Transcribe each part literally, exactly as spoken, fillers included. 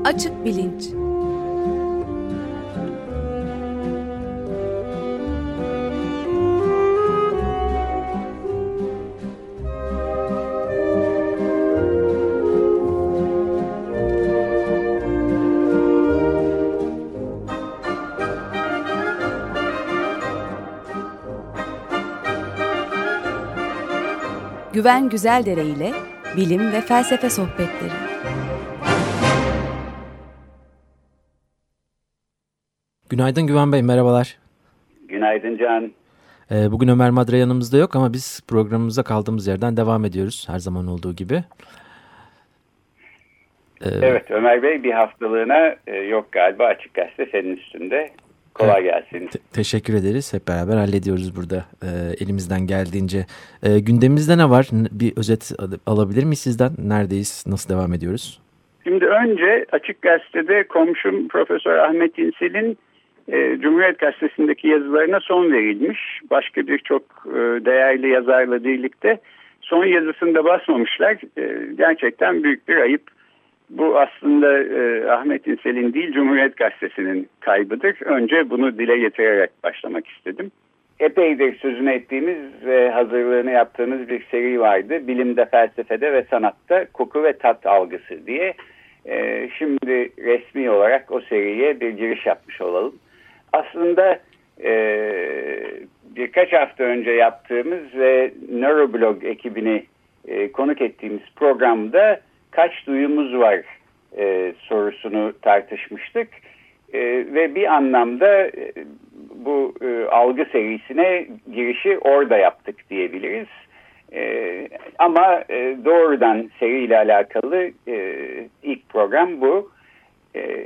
Açık Bilinç. Güven Güzeldere ile bilim ve felsefe sohbetleri. Günaydın Güven Bey, merhabalar. Günaydın Can. Ee, bugün Ömer Madra yanımızda yok ama biz programımıza kaldığımız yerden devam ediyoruz her zaman olduğu gibi. Ee, evet Ömer Bey bir haftalığına e, yok galiba, Açık Gazete senin üstünde. Kolay evet, gelsin. Te- teşekkür ederiz. Hep beraber hallediyoruz burada e, elimizden geldiğince. E, gündemimizde ne var? Bir özet alabilir miyiz sizden? Neredeyiz? Nasıl devam ediyoruz? Şimdi önce Açık Gazete'de komşum Profesör Ahmet İnsel'in e, Cumhuriyet Gazetesi'ndeki yazılarına son verilmiş. Başka birçok e, değerli yazarla birlikte son yazısında basmamışlar. E, gerçekten büyük bir ayıp. Bu aslında e, Ahmet İnsel'in değil, Cumhuriyet Gazetesi'nin kaybıdır. Önce bunu dile getirerek başlamak istedim. Epeydir sözünü ettiğimiz ve hazırlığını yaptığımız bir seri vardı. Bilimde, felsefede ve sanatta koku ve tat algısı diye. E, şimdi resmi olarak o seriye bir giriş yapmış olalım. Aslında e, birkaç hafta önce yaptığımız ve Neuroblog ekibini e, konuk ettiğimiz programda kaç duyumuz var e, sorusunu tartışmıştık. E, ve bir anlamda e, bu e, algı serisine girişi orada yaptık diyebiliriz. E, ama e, doğrudan seriyle alakalı e, ilk program bu. E,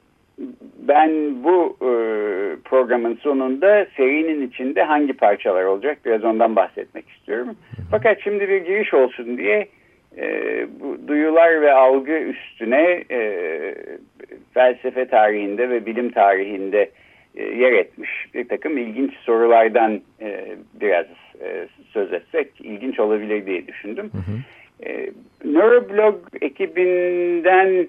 ben bu e, programın sonunda serinin içinde hangi parçalar olacak biraz ondan bahsetmek istiyorum. Fakat şimdi bir giriş olsun diye E, bu duyular ve algı üstüne e, felsefe tarihinde ve bilim tarihinde e, yer etmiş bir takım ilginç sorulardan e, biraz e, söz etsek ilginç olabilir diye düşündüm. Hı hı. E, Neuroblog ekibinden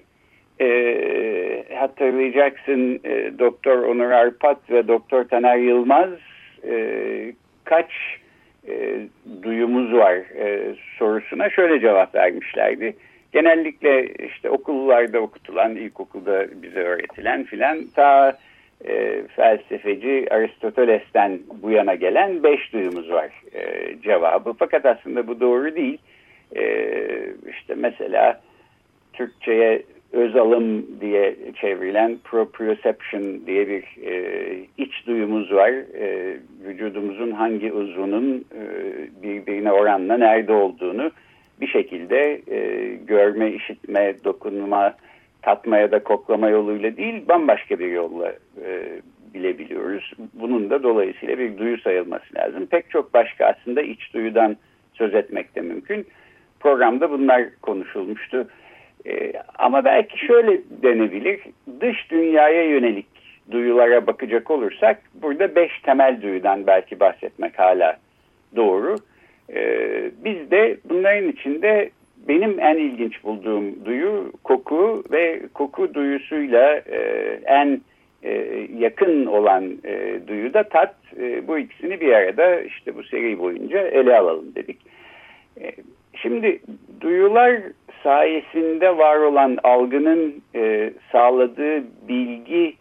e, hatırlayacaksın e, Doktor Onur Arpat ve Doktor Taner Yılmaz e, kaç E, duyumuz var e, sorusuna şöyle cevap vermişlerdi. Genellikle işte okullarda okutulan, ilkokulda bize öğretilen filan ta e, felsefeci Aristoteles'ten bu yana gelen beş duyumuz var e, cevabı. Fakat aslında bu doğru değil. E, işte mesela Türkçe'ye öz alım diye çevrilen proprioception diye bir e, iç duyumuz var. E, vücudumuzun hangi uzvunun e, birbirine oranla nerede olduğunu bir şekilde e, görme, işitme, dokunma, tatma ya da koklama yoluyla değil bambaşka bir yolla e, bilebiliyoruz. Bunun da dolayısıyla bir duyu sayılması lazım. Pek çok başka aslında iç duyudan söz etmek de mümkün. Programda bunlar konuşulmuştu. Ee, ama belki şöyle denebilir, dış dünyaya yönelik duyulara bakacak olursak burada beş temel duyudan belki bahsetmek hala doğru. Ee, biz de bunların içinde benim en ilginç bulduğum duyu koku ve koku duyusuyla e, en e, yakın olan e, duyu da tat. E, bu ikisini bir arada işte bu seri boyunca ele alalım dedik. E, şimdi duyular sayesinde var olan algının e, sağladığı bilginin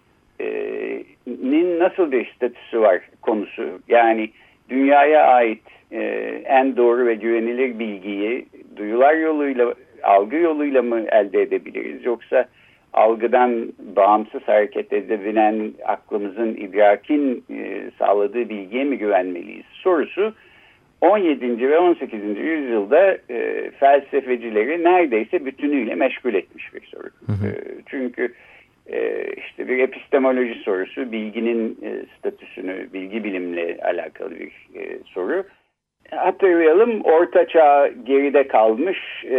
e, nasıl bir statüsü var konusu. Yani dünyaya ait e, en doğru ve güvenilir bilgiyi duyular yoluyla, algı yoluyla mı elde edebiliriz? Yoksa algıdan bağımsız hareket edebilen aklımızın, idrakin e, sağladığı bilgiye mi güvenmeliyiz sorusu on yedinci ve on sekizinci yüzyılda e, felsefecileri neredeyse bütünüyle meşgul etmiş bir soru. Hı hı. E, çünkü e, işte bir epistemoloji sorusu, bilginin e, statüsünü, bilgi bilimle alakalı bir e, soru. Hatırlayalım, Orta Çağ geride kalmış, e,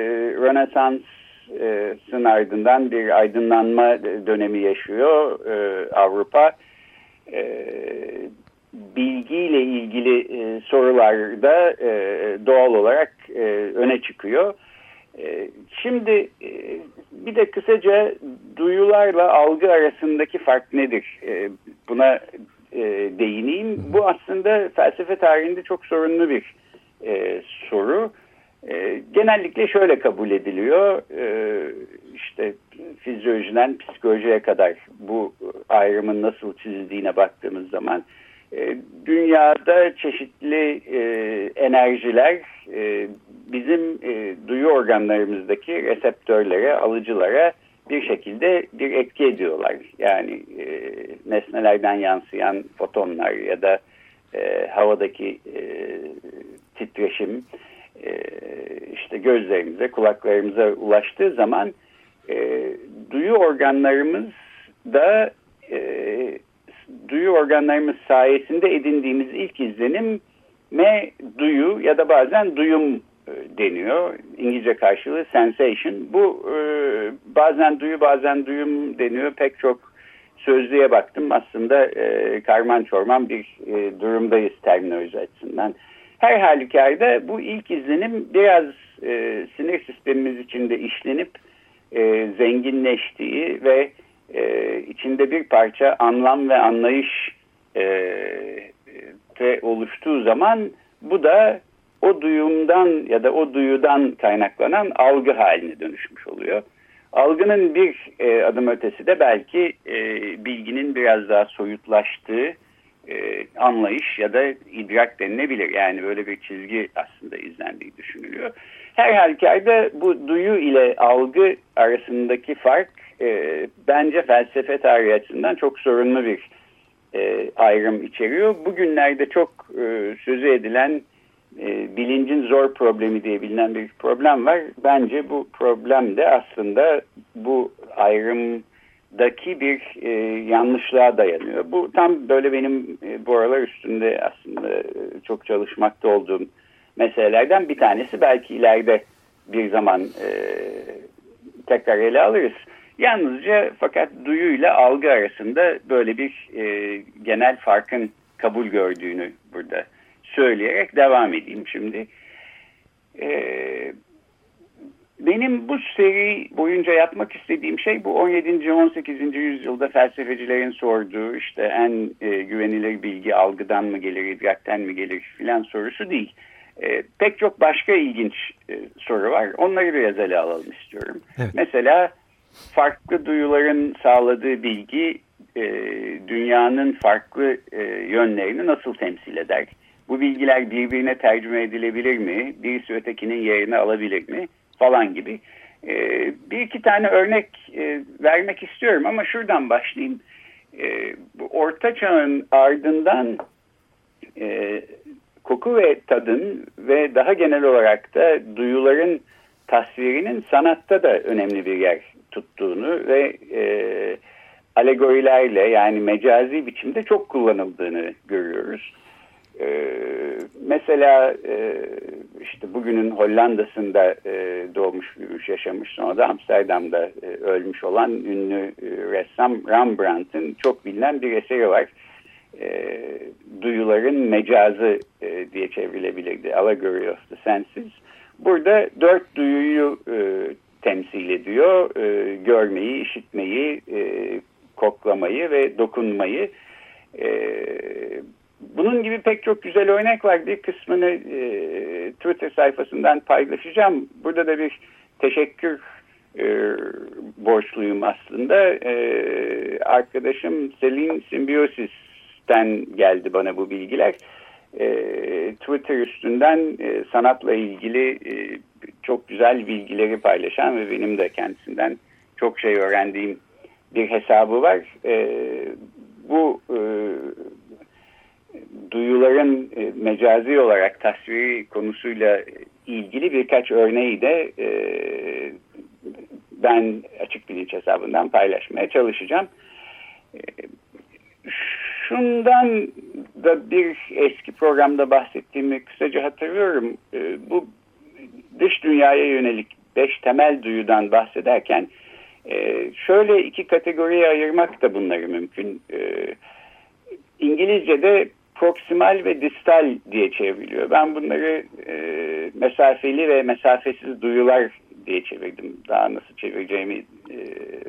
Rönesans'ın ardından bir aydınlanma dönemi yaşıyor e, Avrupa. E, bilgiyle ilgili e, sorularda e, doğal olarak e, öne çıkıyor. E, şimdi e, bir de kısaca duyularla algı arasındaki fark nedir? E, buna e, değineyim. Bu aslında felsefe tarihinde çok sorunlu bir e, soru. E, genellikle şöyle kabul ediliyor. E, işte fizyolojiden psikolojiye kadar bu ayrımın nasıl çizildiğine baktığımız zaman e, dünyada çeşitli e, enerjiler e, bizim e, duyu organlarımızdaki reseptörlere, alıcılara bir şekilde bir etki ediyorlar. Yani e, nesnelerden yansıyan fotonlar ya da e, havadaki e, titreşim e, işte gözlerimize, kulaklarımıza ulaştığı zaman e, duyu organlarımız da e, duyu organlarımız sayesinde edindiğimiz ilk izlenime duyu ya da bazen duyum deniyor. İngilizce karşılığı sensation. Bu e, bazen duyu bazen duyum deniyor. Pek çok sözlüğe baktım. Aslında e, karman çorman bir e, durumdayız terminoloji açısından. Her halükarda bu ilk izlenim biraz e, sinir sistemimiz içinde işlenip e, zenginleştiği ve e, içinde bir parça anlam ve anlayış e, de oluştuğu zaman bu da o duyumdan ya da o duyudan kaynaklanan algı haline dönüşmüş oluyor. Algının bir e, adım ötesi de belki e, bilginin biraz daha soyutlaştığı e, anlayış ya da idrak denilebilir. Yani böyle bir çizgi aslında izlendiği düşünülüyor. Her halükarda bu duyu ile algı arasındaki fark e, bence felsefe tarihi açısından çok sorunlu bir e, ayrım içeriyor. Bugünlerde çok e, sözü edilen E, bilincin zor problemi diye bilinen bir problem var. Bence bu problem de aslında bu ayrımdaki bir e, yanlışlığa dayanıyor. Bu tam böyle benim e, bu aralar üstünde aslında e, çok çalışmakta olduğum meselelerden bir tanesi. Belki ileride bir zaman e, tekrar ele alırız. Yalnızca fakat duyuyla algı arasında böyle bir e, genel farkın kabul gördüğünü burada söyleyerek devam edeyim şimdi. Ee, benim bu seri boyunca yapmak istediğim şey bu on yedinci on sekizinci yüzyılda felsefecilerin sorduğu işte en e, güvenilir bilgi algıdan mı gelir, idrakten mi gelir filan sorusu değil. E, pek çok başka ilginç e, soru var. Onları biraz ele alalım istiyorum. Evet. Mesela farklı duyuların sağladığı bilgi e, dünyanın farklı e, yönlerini nasıl temsil eder? Bu bilgiler birbirine tercüme edilebilir mi? Birisi ötekinin yerini alabilir mi? Falan gibi. Ee, bir iki tane örnek e, vermek istiyorum ama şuradan başlayayım. Ee, bu Orta Çağ'ın ardından e, koku ve tadın ve daha genel olarak da duyuların tasvirinin sanatta da önemli bir yer tuttuğunu ve e, alegorilerle yani mecazi biçimde çok kullanıldığını görüyoruz. Ee, mesela e, işte bugünün Hollanda'sında e, doğmuş, büyümüş, yaşamış, sonra da Amsterdam'da e, ölmüş olan ünlü e, ressam Rembrandt'ın çok bilinen bir eseri var. E, duyuların mecazı e, diye çevrilebilirdi. Allegory of the Senses. Burada dört duyuyu e, temsil ediyor. E, görmeyi, işitmeyi, e, koklamayı ve dokunmayı. E, Bunun gibi pek çok güzel örnek var. Bir kısmını e, Twitter sayfasından paylaşacağım. Burada da bir teşekkür e, borçluyum aslında. E, arkadaşım Selin Symbiosis'ten geldi bana bu bilgiler. E, Twitter üstünden e, sanatla ilgili e, çok güzel bilgileri paylaşan ve benim de kendisinden çok şey öğrendiğim bir hesabı var. E, bu e, duyuların e, mecazi olarak tasviri konusuyla ilgili birkaç örneği de e, ben Açık Bilinç hesabından paylaşmaya çalışacağım. E, şundan da bir eski programda bahsettiğimi kısaca hatırlıyorum. E, bu dış dünyaya yönelik beş temel duyudan bahsederken e, şöyle iki kategoriye ayırmak da bunları mümkün. E, İngilizce'de proksimal ve distal diye çevriliyor. Ben bunları e, mesafeli ve mesafesiz duyular diye çevirdim. Daha nasıl çevireceğimi e,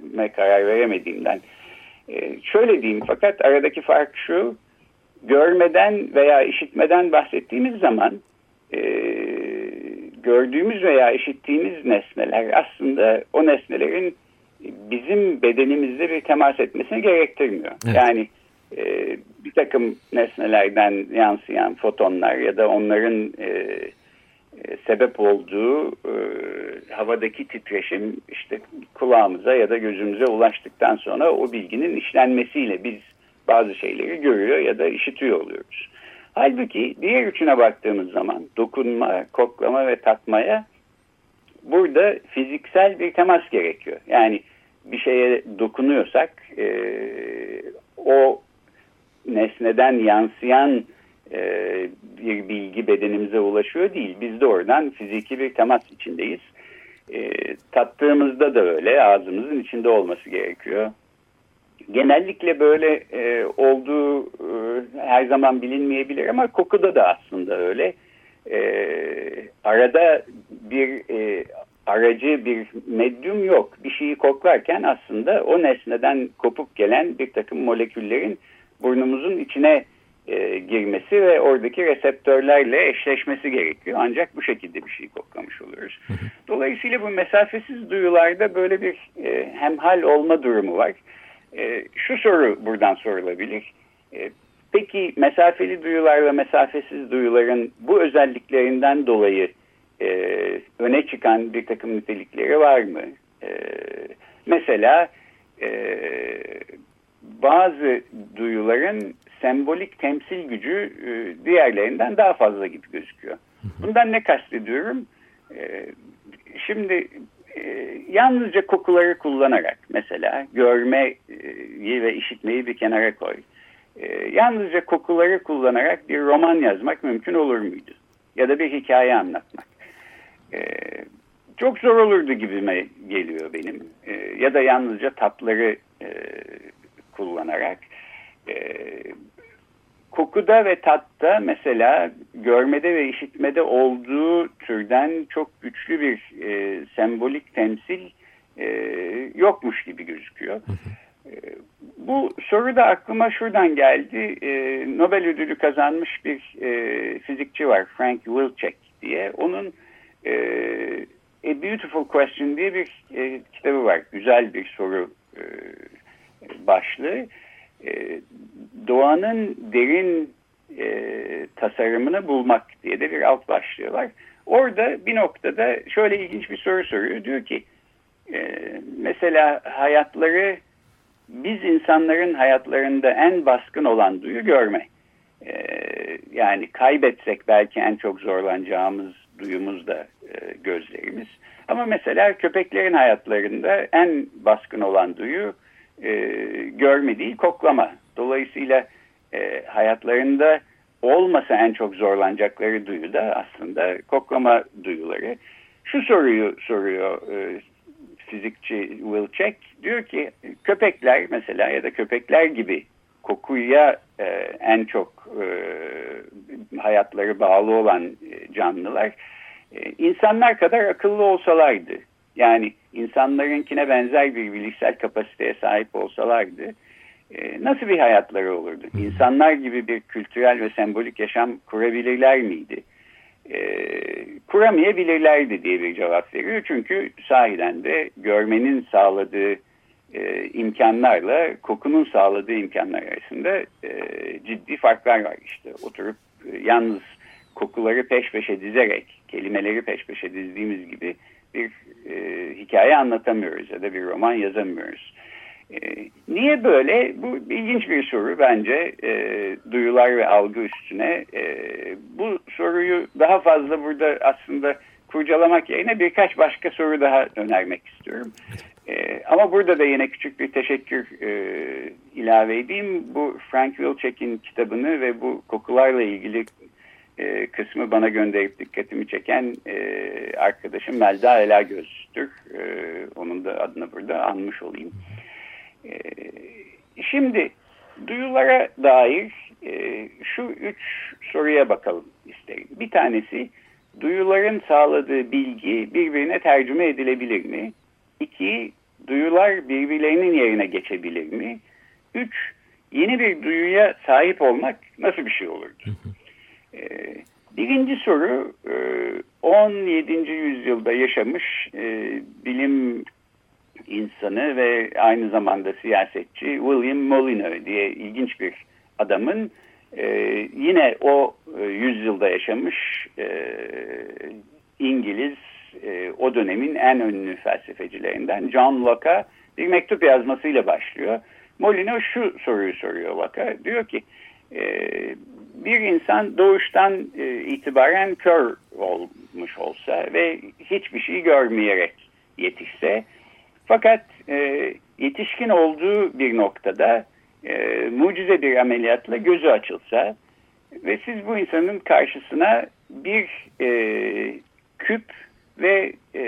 söyleyeceğime karar veremediğimden e, şöyle diyeyim, fakat aradaki fark şu: görmeden veya işitmeden bahsettiğimiz zaman e, gördüğümüz veya işittiğimiz nesneler aslında o nesnelerin bizim bedenimizde bir temas etmesini gerektirmiyor. Evet. Yani e, bir takım nesnelerden yansıyan fotonlar ya da onların e, e, sebep olduğu e, havadaki titreşim işte kulağımıza ya da gözümüze ulaştıktan sonra o bilginin işlenmesiyle biz bazı şeyleri görüyor ya da işitiyor oluyoruz. Halbuki diğer üçüne baktığımız zaman dokunma, koklama ve tatmaya burada fiziksel bir temas gerekiyor. Yani bir şeye dokunuyorsak e, o nesneden yansıyan e, bir bilgi bedenimize ulaşıyor değil. Biz de oradan fiziki bir temas içindeyiz. E, tattığımızda da öyle, ağzımızın içinde olması gerekiyor. Genellikle böyle e, olduğu e, her zaman bilinmeyebilir ama kokuda da aslında öyle. E, arada bir e, aracı, bir medyum yok. Bir şeyi koklarken aslında o nesneden kopup gelen bir takım moleküllerin burnumuzun içine e, girmesi ve oradaki reseptörlerle eşleşmesi gerekiyor. Ancak bu şekilde bir şeyi koklamış oluyoruz. Dolayısıyla bu mesafesiz duyularda böyle bir e, hemhal olma durumu var. E, şu soru buradan sorulabilir. E, peki mesafeli duyularla mesafesiz duyuların bu özelliklerinden dolayı e, öne çıkan bir takım nitelikleri var mı? E, mesela e, bazı duyuların sembolik temsil gücü e, diğerlerinden daha fazla gibi gözüküyor. Bundan ne kastediyorum? E, şimdi e, yalnızca kokuları kullanarak, mesela görmeyi ve işitmeyi bir kenara koy. E, yalnızca kokuları kullanarak bir roman yazmak mümkün olur muydu? Ya da bir hikaye anlatmak. E, çok zor olurdu gibime geliyor benim. E, ya da yalnızca tatları e, kullanarak. E, kokuda ve tatta mesela görmede ve işitmede olduğu türden çok güçlü bir e, sembolik temsil e, yokmuş gibi gözüküyor. E, bu soru da aklıma şuradan geldi. E, Nobel ödülü kazanmış bir e, fizikçi var, Frank Wilczek diye. Onun e, A Beautiful Question diye bir e, kitabı var. Güzel bir soru e, başlığı. E, doğanın derin e, tasarımını bulmak diye de bir alt başlığı var. Orada bir noktada şöyle ilginç bir soru soruyor. Diyor ki e, mesela hayatları, biz insanların hayatlarında en baskın olan duyu görme. E, yani kaybetsek belki en çok zorlanacağımız duyumuz da e, gözlerimiz. Ama mesela köpeklerin hayatlarında en baskın olan duyu e, görme değil, koklama. Dolayısıyla e, hayatlarında olmasa en çok zorlanacakları duyu da aslında koklama duyuları. Şu soruyu soruyor e, fizikçi Wilczek. Diyor ki köpekler mesela ya da köpekler gibi kokuya e, en çok e, hayatları bağlı olan e, canlılar e, insanlar kadar akıllı olsalardı, yani insanlarınkine benzer bir bilişsel kapasiteye sahip olsalardı e, nasıl bir hayatları olurdu? İnsanlar gibi bir kültürel ve sembolik yaşam kurabilirler miydi? E, kuramayabilirlerdi diye bir cevap veriyor. Çünkü sahiden de görmenin sağladığı e, imkanlarla kokunun sağladığı imkanlar arasında e, ciddi farklar var. İşte oturup e, yalnız kokuları peş peşe dizerek, kelimeleri peş peşe dizdiğimiz gibi bir e, hikaye anlatamıyoruz ya da bir roman yazamıyoruz. E, niye böyle? Bu ilginç bir soru bence e, duyular ve algı üstüne. E, bu soruyu daha fazla burada aslında kurcalamak yerine birkaç başka soru daha önermek istiyorum. E, ama burada da yine küçük bir teşekkür e, ilave edeyim. Bu Frank Wilczek'in kitabını ve bu kokularla ilgili e, kısmı bana gönderip dikkatimi çeken e, arkadaşım Melda Elagöz'tür. E, onun da adını burada anmış olayım. E, şimdi duyulara dair e, şu üç soruya bakalım isterim. Bir tanesi, duyuların sağladığı bilgi birbirine tercüme edilebilir mi? İki, duyular birbirlerinin yerine geçebilir mi? Üç, yeni bir duyuya sahip olmak nasıl bir şey olurdu? Ee, birinci soru, on yedinci yüzyılda yaşamış e, bilim insanı ve aynı zamanda siyasetçi William Molyneux diye ilginç bir adamın e, yine o e, yüzyılda yaşamış e, İngiliz, e, o dönemin en ünlü felsefecilerinden John Locke'a bir mektup yazmasıyla başlıyor. Molyneux şu soruyu soruyor Locke'a. Diyor ki e, bir insan doğuştan e, itibaren kör olmuş olsa ve hiçbir şey görmeyerek yetişse, fakat e, yetişkin olduğu bir noktada e, mucize bir ameliyatla gözü açılsa ve siz bu insanın karşısına bir e, küp ve e,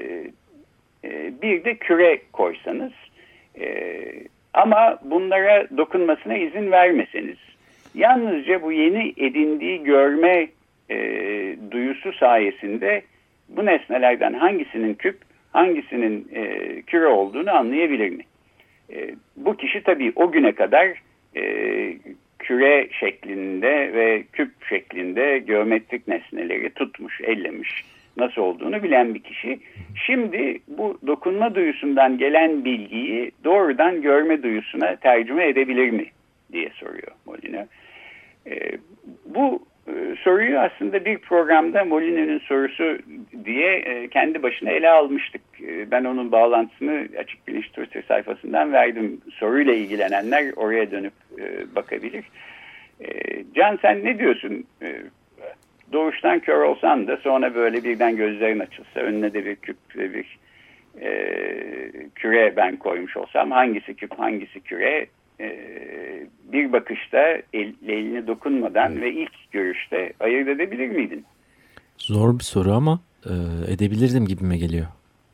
e, bir de küre koysanız e, ama bunlara dokunmasına izin vermeseniz, yalnızca bu yeni edindiği görme e, duyusu sayesinde bu nesnelerden hangisinin küp, hangisinin e, küre olduğunu anlayabilir mi? E, bu kişi tabii o güne kadar e, küre şeklinde ve küp şeklinde geometrik nesneleri tutmuş, ellemiş, nasıl olduğunu bilen bir kişi. Şimdi bu dokunma duyusundan gelen bilgiyi doğrudan görme duyusuna tercüme edebilir mi diye soruyor Molyneux. E, bu e, soruyu aslında bir programda Molyneux'un sorusu diye e, kendi başına ele almıştık. E, ben onun bağlantısını Açık Bilinç Twitter sayfasından verdim. Soruyla ilgilenenler oraya dönüp e, bakabilir. E, Can, sen ne diyorsun? E, doğuştan kör olsan da sonra böyle birden gözlerin açılsa, önüne de bir küp ve bir e, küre ben koymuş olsam, hangisi küp hangisi küre e, bir bakışta el, eline dokunmadan ve ilk görüşte ayırt edebilir miydin? Zor bir soru ama e, edebilirdim gibime geliyor.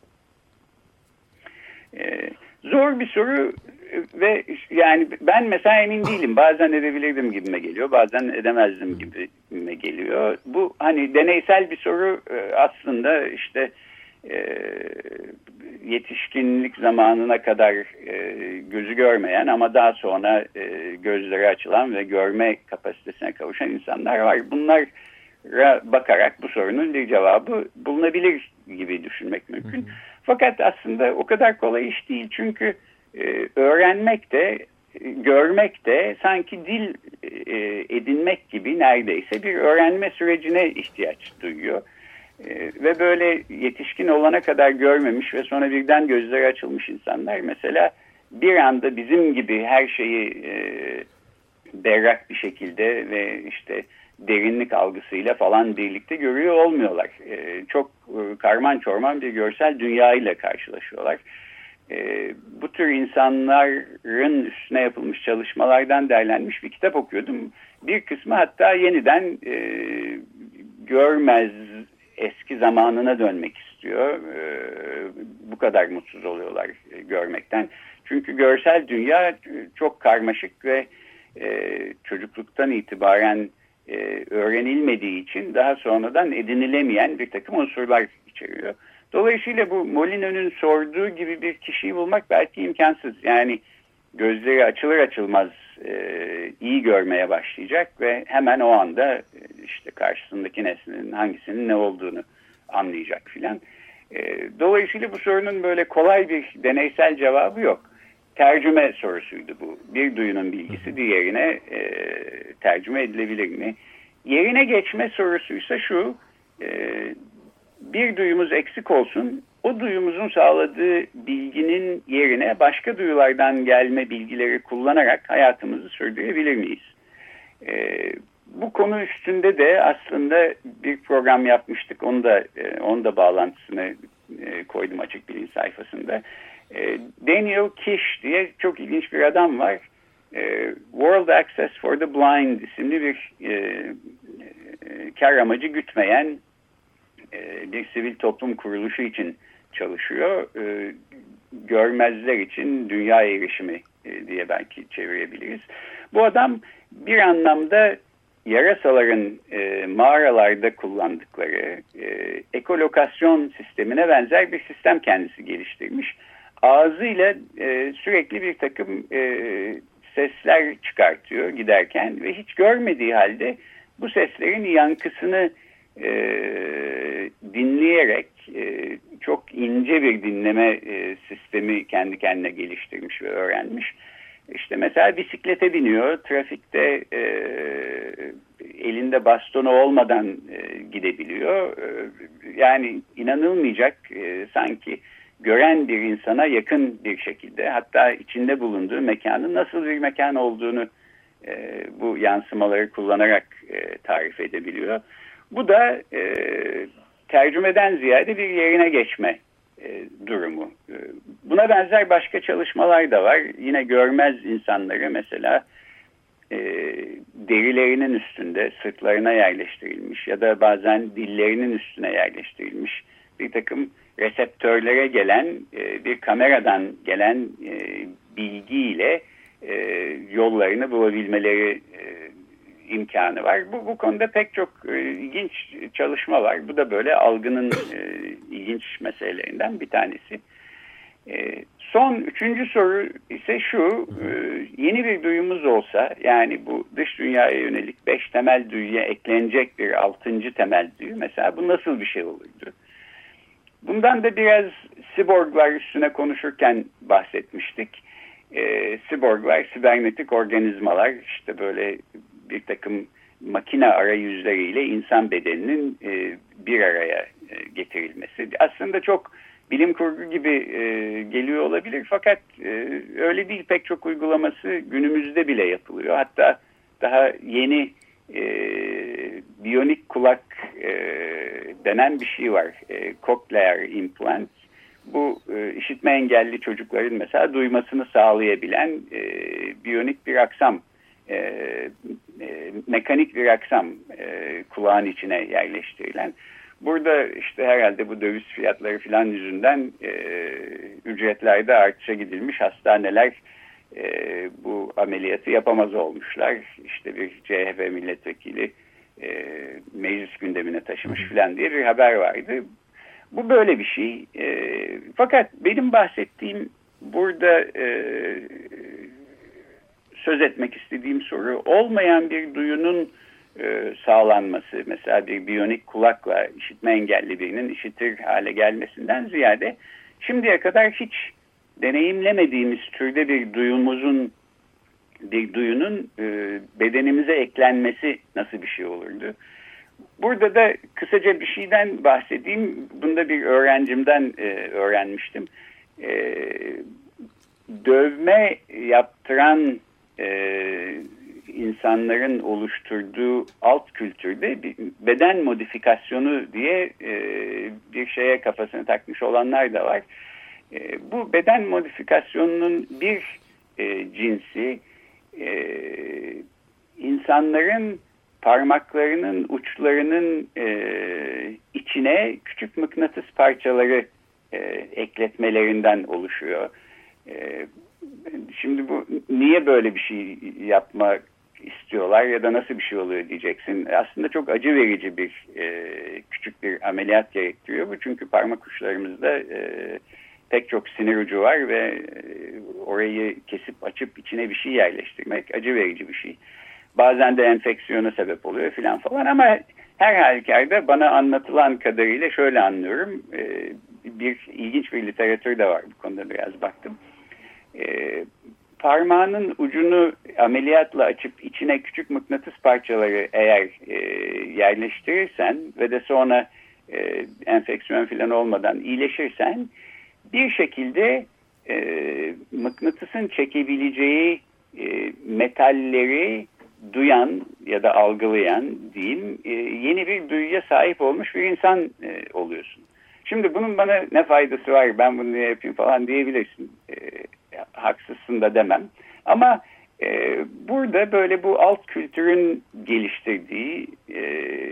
E, zor bir soru ve yani ben mesela emin değilim. Bazen edebilirdim gibime geliyor, bazen edemezdim gibime geliyor. Bu hani deneysel bir soru aslında işte e, yetişkinlik zamanına kadar e, gözü görmeyen ama daha sonra e, gözleri açılan ve görme kapasitesine kavuşan insanlar var. Bunlara bakarak bu sorunun bir cevabı bulunabilir gibi düşünmek mümkün. Hı hı. Fakat aslında o kadar kolay iş değil, çünkü e, öğrenmek de, görmek de sanki dil e, edinmek gibi neredeyse bir öğrenme sürecine ihtiyaç duyuyor. Ee, ve böyle yetişkin olana kadar görmemiş ve sonra birden gözleri açılmış insanlar mesela bir anda bizim gibi her şeyi e, berrak bir şekilde ve işte derinlik algısıyla falan birlikte görüyor olmuyorlar. E, çok e, karman çorman bir görsel dünya ile karşılaşıyorlar. E, bu tür insanların üstüne yapılmış çalışmalardan derlenmiş bir kitap okuyordum. Bir kısmı hatta yeniden e, görmez eski zamanına dönmek istiyor. Ee, bu kadar mutsuz oluyorlar e, görmekten. Çünkü görsel dünya çok karmaşık ve e, çocukluktan itibaren e, öğrenilmediği için daha sonradan edinilemeyen bir takım unsurlar içeriyor. Dolayısıyla bu Molyneux'un sorduğu gibi bir kişiyi bulmak belki imkansız. Yani gözleri açılır açılmaz e, iyi görmeye başlayacak ve hemen o anda e, işte karşısındaki nesnenin hangisinin ne olduğunu anlayacak filan. E, dolayısıyla bu sorunun böyle kolay bir deneysel cevabı yok. Tercüme sorusuydu bu. Bir duyunun bilgisi diğerine e, tercüme edilebilir mi? Yerine geçme sorusuysa şu, e, bir duyumuz eksik olsun, o duyumuzun sağladığı bilginin yerine başka duyulardan gelme bilgileri kullanarak hayatımızı sürdürebilir miyiz? Ee, bu konu üstünde de aslında bir program yapmıştık. Onu da, e, onu da bağlantısını e, koydum Açık Bilinç sayfasında. E, Daniel Kish diye çok ilginç bir adam var. E, World Access for the Blind isimli bir e, e, kar amacı gütmeyen e, bir sivil toplum kuruluşu için çalışıyor. E, görmezler için dünya erişimi e, diye belki çevirebiliriz. Bu adam bir anlamda yarasaların e, mağaralarda kullandıkları e, ekolokasyon sistemine benzer bir sistem kendisi geliştirmiş. ağzıyla e, sürekli bir takım e, sesler çıkartıyor giderken ve hiç görmediği halde bu seslerin yankısını e, dinleyerek e, çok ince bir dinleme e, sistemi kendi kendine geliştirmiş ve öğrenmiş. İşte mesela bisiklete biniyor, trafikte e, elinde bastonu olmadan e, gidebiliyor. E, yani inanılmayacak e, sanki gören bir insana yakın bir şekilde, hatta içinde bulunduğu mekanın nasıl bir mekan olduğunu e, bu yansımaları kullanarak e, tarif edebiliyor. Bu da e, tercümeden ziyade bir yerine geçme e, durumu. E, buna benzer başka çalışmalar da var. Yine görmez insanları mesela e, derilerinin üstünde sırtlarına yerleştirilmiş ya da bazen dillerinin üstüne yerleştirilmiş bir takım reseptörlere gelen e, bir kameradan gelen e, bilgiyle e, yollarını bulabilmeleri e, imkanı var. Bu, bu konuda pek çok e, ilginç çalışma var. Bu da böyle algının e, ilginç meselelerinden bir tanesi. E, son üçüncü soru ise şu, e, yeni bir duyumuz olsa, yani bu dış dünyaya yönelik beş temel duyuya eklenecek bir altıncı temel duyu, mesela bu nasıl bir şey olurdu? Bundan da biraz siborglar üstüne konuşurken bahsetmiştik. E, siborglar, sibernetik organizmalar, işte böyle bir takım makine arayüzleriyle insan bedeninin e, bir araya e, getirilmesi. Aslında çok bilim kurgu gibi e, geliyor olabilir, fakat e, öyle değil. Pek çok uygulaması günümüzde bile yapılıyor. Hatta daha yeni e, biyonik kulak e, denen bir şey var. E, cochlear implant. Bu e, işitme engelli çocukların mesela duymasını sağlayabilen e, biyonik bir aksam, e, e, mekanik bir aksam e, kulağın içine yerleştirilen. Burada işte herhalde bu döviz fiyatları filan yüzünden e, ücretlerde artışa gidilmiş, hastaneler e, bu ameliyatı yapamaz olmuşlar. İşte bir C H P milletvekili e, meclis gündemine taşımış filan diye bir haber vardı. Bu böyle bir şey. E, fakat benim bahsettiğim burada e, söz etmek istediğim soru, olmayan bir duyunun e, sağlanması, mesela bir biyonik kulakla işitme engelli birinin işitir hale gelmesinden ziyade şimdiye kadar hiç deneyimlemediğimiz türde bir duyumuzun, bir duyunun e, bedenimize eklenmesi nasıl bir şey olurdu? Burada da kısaca bir şeyden bahsedeyim. Bunda bir öğrencimden e, öğrenmiştim. E, dövme yaptıran e, insanların oluşturduğu alt kültürde bir beden modifikasyonu diye e, bir şeye kafasını takmış olanlar da var. E, bu beden modifikasyonunun bir e, cinsi e, insanların parmaklarının uçlarının e, içine küçük mıknatıs parçaları e, ekletmelerinden oluşuyor. E, şimdi bu niye böyle bir şey yapmak istiyorlar ya da nasıl bir şey oluyor diyeceksin. Aslında çok acı verici bir e, küçük bir ameliyat gerektiriyor bu, çünkü parmak uçlarımızda e, pek çok sinir ucu var ve e, orayı kesip açıp içine bir şey yerleştirmek acı verici bir şey. Bazen de enfeksiyona sebep oluyor filan falan, ama her halükarda bana anlatılan kadarıyla şöyle anlıyorum. E, bir ilginç bir literatür de var bu konuda, biraz baktım. E, parmağının ucunu ameliyatla açıp içine küçük mıknatıs parçaları eğer e, yerleştirirsen ve de sonra e, enfeksiyon filan olmadan iyileşirsen, bir şekilde e, mıknatısın çekebileceği e, metalleri duyan ya da algılayan diyeyim e, yeni bir duyuya sahip olmuş bir insan e, oluyorsun. Şimdi bunun bana ne faydası var, ben bunu niye yapayım falan diyebilirsin. E, haksızsın da demem. Ama e, burada böyle bu alt kültürün geliştirdiği e,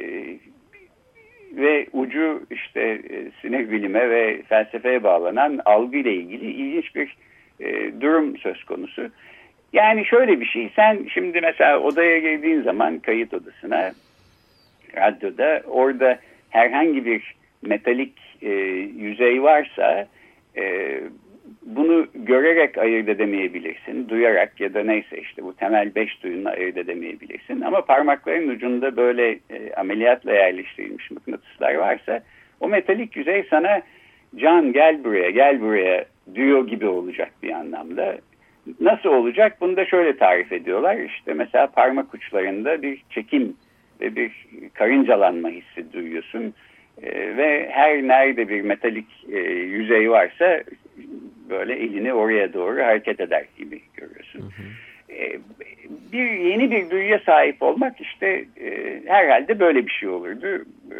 ve ucu işte e, sinir bilime ve felsefeye bağlanan algı ile ilgili ilginç bir e, durum söz konusu. Yani şöyle bir şey, sen şimdi mesela odaya girdiğin zaman, kayıt odasına, radyoda, orada herhangi bir metalik e, yüzey varsa e, bunu görerek ayırt edemeyebilirsin, duyarak ya da neyse işte bu temel beş duyunla ayırt edemeyebilirsin. Ama parmakların ucunda böyle e, ameliyatla yerleştirilmiş mıknatıslar varsa o metalik yüzey sana can gel buraya gel buraya diyor gibi olacak bir anlamda. Nasıl olacak? Bunu da şöyle tarif ediyorlar. İşte mesela parmak uçlarında bir çekim ve bir karıncalanma hissi duyuyorsun. Ee, ve her nerede bir metalik e, yüzey varsa böyle elini oraya doğru hareket eder gibi görüyorsun. Hı hı. Ee, bir yeni bir duyuya sahip olmak işte e, herhalde böyle bir şey olurdu. Ee,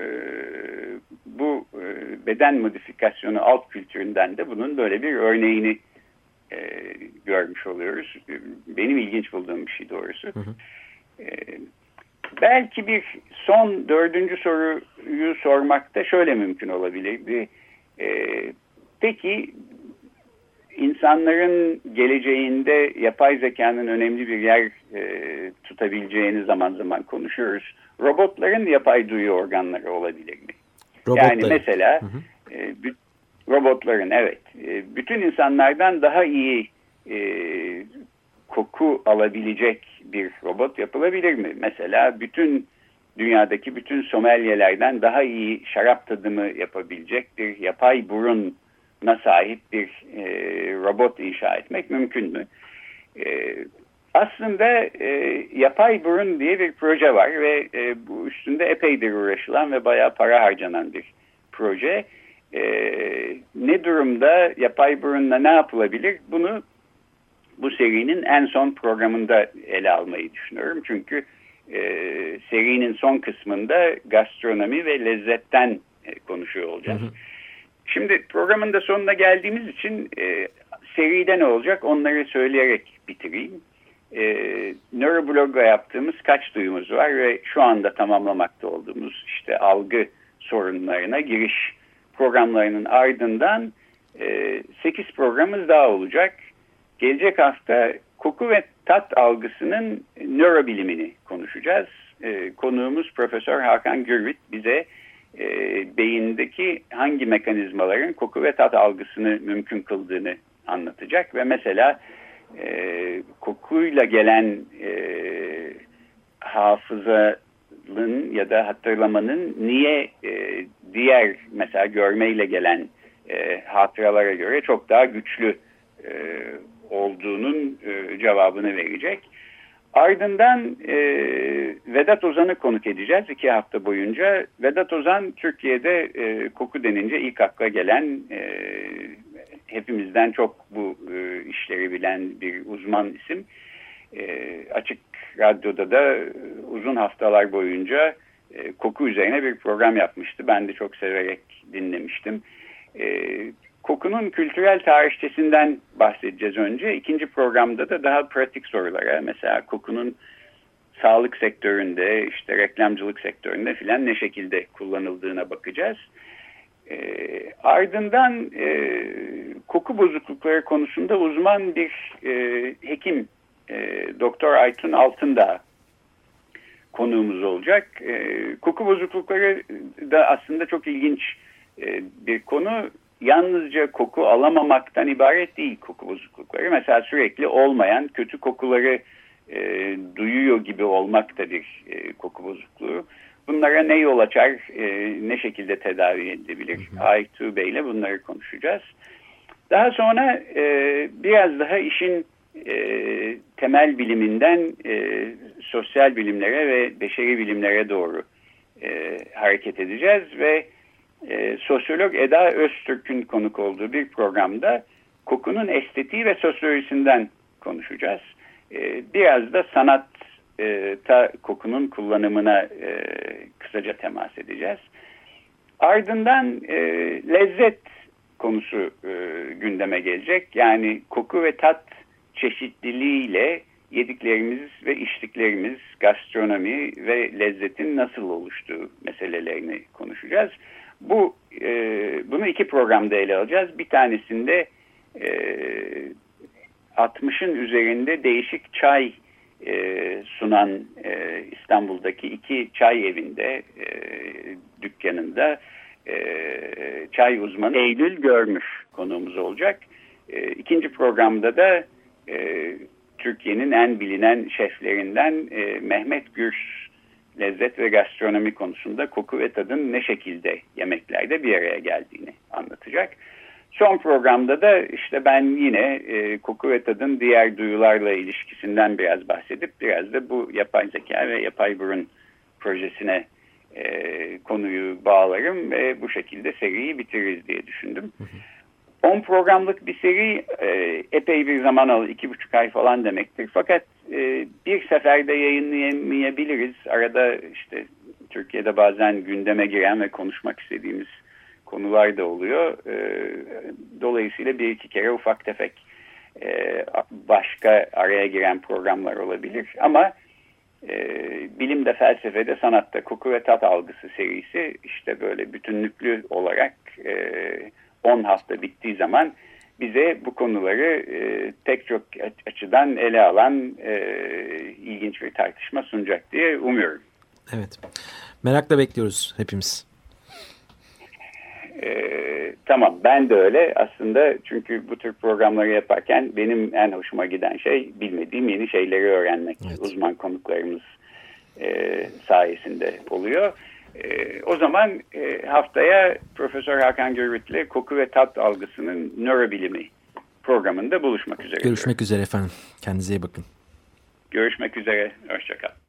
bu e, beden modifikasyonu alt kültüründen de bunun böyle bir örneğini e, görmüş oluyoruz. Benim ilginç bulduğum bir şey doğrusu. Hı hı. E, belki bir son dördüncü soruyu sormakta şöyle mümkün olabilirdi. E, peki insanların geleceğinde yapay zekanın önemli bir yer e, tutabileceğini zaman zaman konuşuyoruz. Robotların yapay duyu organları olabilir mi? Robotların. Yani mesela hı hı. E, robotların evet e, bütün insanlardan daha iyi e, koku alabilecek bir robot yapılabilir mi? Mesela bütün dünyadaki bütün somelyelerden daha iyi şarap tadımı yapabilecek bir yapay buruna sahip bir e, robot inşa etmek mümkün mü? E, aslında e, yapay burun diye bir proje var ve e, bu üstünde epeydir uğraşılan ve bayağı para harcanan bir proje. E, ne durumda yapay burunla ne yapılabilir? Bunu bu serinin en son programında ele almayı düşünüyorum. Çünkü e, serinin son kısmında gastronomi ve lezzetten e, konuşuyor olacağız. Hı hı. Şimdi programın da sonuna geldiğimiz için e, seride ne olacak onları söyleyerek bitireyim. E, Nöroblog'da yaptığımız kaç duyumuz var ve şu anda tamamlamakta olduğumuz işte algı sorunlarına giriş programlarının ardından e, sekiz programımız daha olacak. Gelecek hafta koku ve tat algısının nörobilimini konuşacağız. E, konuğumuz Profesör Hakan Gürvit bize e, beyindeki hangi mekanizmaların koku ve tat algısını mümkün kıldığını anlatacak. Ve mesela e, kokuyla gelen e, hafızanın ya da hatırlamanın niye e, diğer mesela görmeyle gelen e, hatıralara göre çok daha güçlü e, olduğunun e, cevabını verecek. Ardından e, Vedat Ozan'ı konuk edeceğiz iki hafta boyunca. Vedat Ozan Türkiye'de e, koku denince ilk akla gelen e, hepimizden çok bu e, işleri bilen bir uzman isim. E, Açık Radyo'da da e, uzun haftalar boyunca e, koku üzerine bir program yapmıştı. Ben de çok severek dinlemiştim. E, Kokunun kültürel tarihçesinden bahsedeceğiz önce. İkinci programda da daha pratik sorulara, mesela kokunun sağlık sektöründe, işte reklamcılık sektöründe filan ne şekilde kullanıldığına bakacağız. E, ardından e, koku bozuklukları konusunda uzman bir e, hekim, e, Doktor Aytun Altındağ konuğumuz olacak. E, koku bozuklukları da aslında çok ilginç e, bir konu. Yalnızca koku alamamaktan ibaret değil koku bozuklukları. Mesela sürekli olmayan kötü kokuları e, duyuyor gibi olmak da bir e, koku bozukluğu. Bunlara ne yol açar, e, ne şekilde tedavi edilebilir? Aytu Bey ile bunları konuşacağız. Daha sonra e, biraz daha işin e, temel biliminden e, sosyal bilimlere ve beşeri bilimlere doğru e, hareket edeceğiz ve e, sosyolog Eda Öztürk'ün konuk olduğu bir programda kokunun estetiği ve sosyolojisinden konuşacağız. E, biraz da sanatta kokunun kullanımına e, kısaca temas edeceğiz. Ardından e, lezzet konusu e, gündeme gelecek. Yani koku ve tat çeşitliliğiyle yediklerimiz ve içtiklerimiz, gastronomi ve lezzetin nasıl oluştuğu meselelerini konuşacağız. Bu e, bunu iki programda ele alacağız. Bir tanesinde e, altmışın üzerinde değişik çay e, sunan e, İstanbul'daki iki çay evinde, e, dükkanında e, çay uzmanı Eylül Görmüş konuğumuz olacak. E, ikinci programda da e, Türkiye'nin en bilinen şeflerinden e, Mehmet Gürs lezzet ve gastronomi konusunda koku ve tadın ne şekilde yemeklerde bir araya geldiğini anlatacak. Son programda da işte ben yine e, koku ve tadın diğer duyularla ilişkisinden biraz bahsedip biraz da bu yapay zeka ve yapay burun projesine e, konuyu bağlarım ve bu şekilde seriyi bitiririz diye düşündüm. on programlık bir seri e, epey bir zaman alır, iki buçuk ay falan demektir. Fakat e, bir seferde yayınlayamayabiliriz. Arada işte Türkiye'de bazen gündeme giren ve konuşmak istediğimiz konular da oluyor. E, dolayısıyla bir iki kere ufak tefek e, başka araya giren programlar olabilir. Ama e, bilimde, felsefede, sanatta koku ve tat algısı serisi işte böyle bütünlüklü olarak e, on hafta bittiği zaman bize bu konuları e, pek çok açıdan ele alan e, ilginç bir tartışma sunacak diye umuyorum. Evet. Merakla bekliyoruz hepimiz. E, tamam, ben de öyle aslında, çünkü bu tür programları yaparken benim en hoşuma giden şey bilmediğim yeni şeyleri öğrenmek. Evet. Uzman konuklarımız e, sayesinde oluyor. Ee, o zaman e, haftaya Profesör Hakan Gürvit'le koku ve tat algısının nörobilimi programında buluşmak üzere. Görüşmek diyorum. üzere efendim. Kendinize iyi bakın. Görüşmek üzere. Hoşça kal.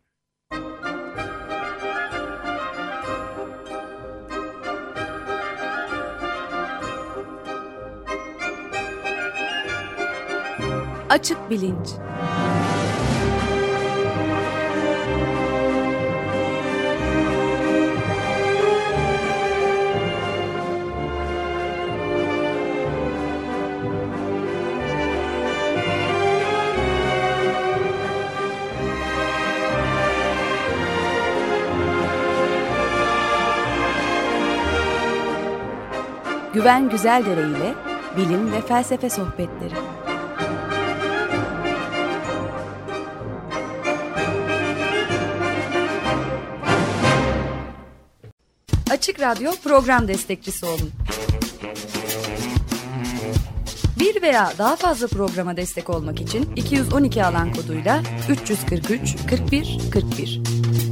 Açık bilinç. Güven Güzeldere ile bilim ve felsefe sohbetleri. Açık Radyo program destekçisi olun. Bir veya daha fazla programa destek olmak için iki yüz on iki alan koduyla üç yüz kırk üç kırk bir kırk bir.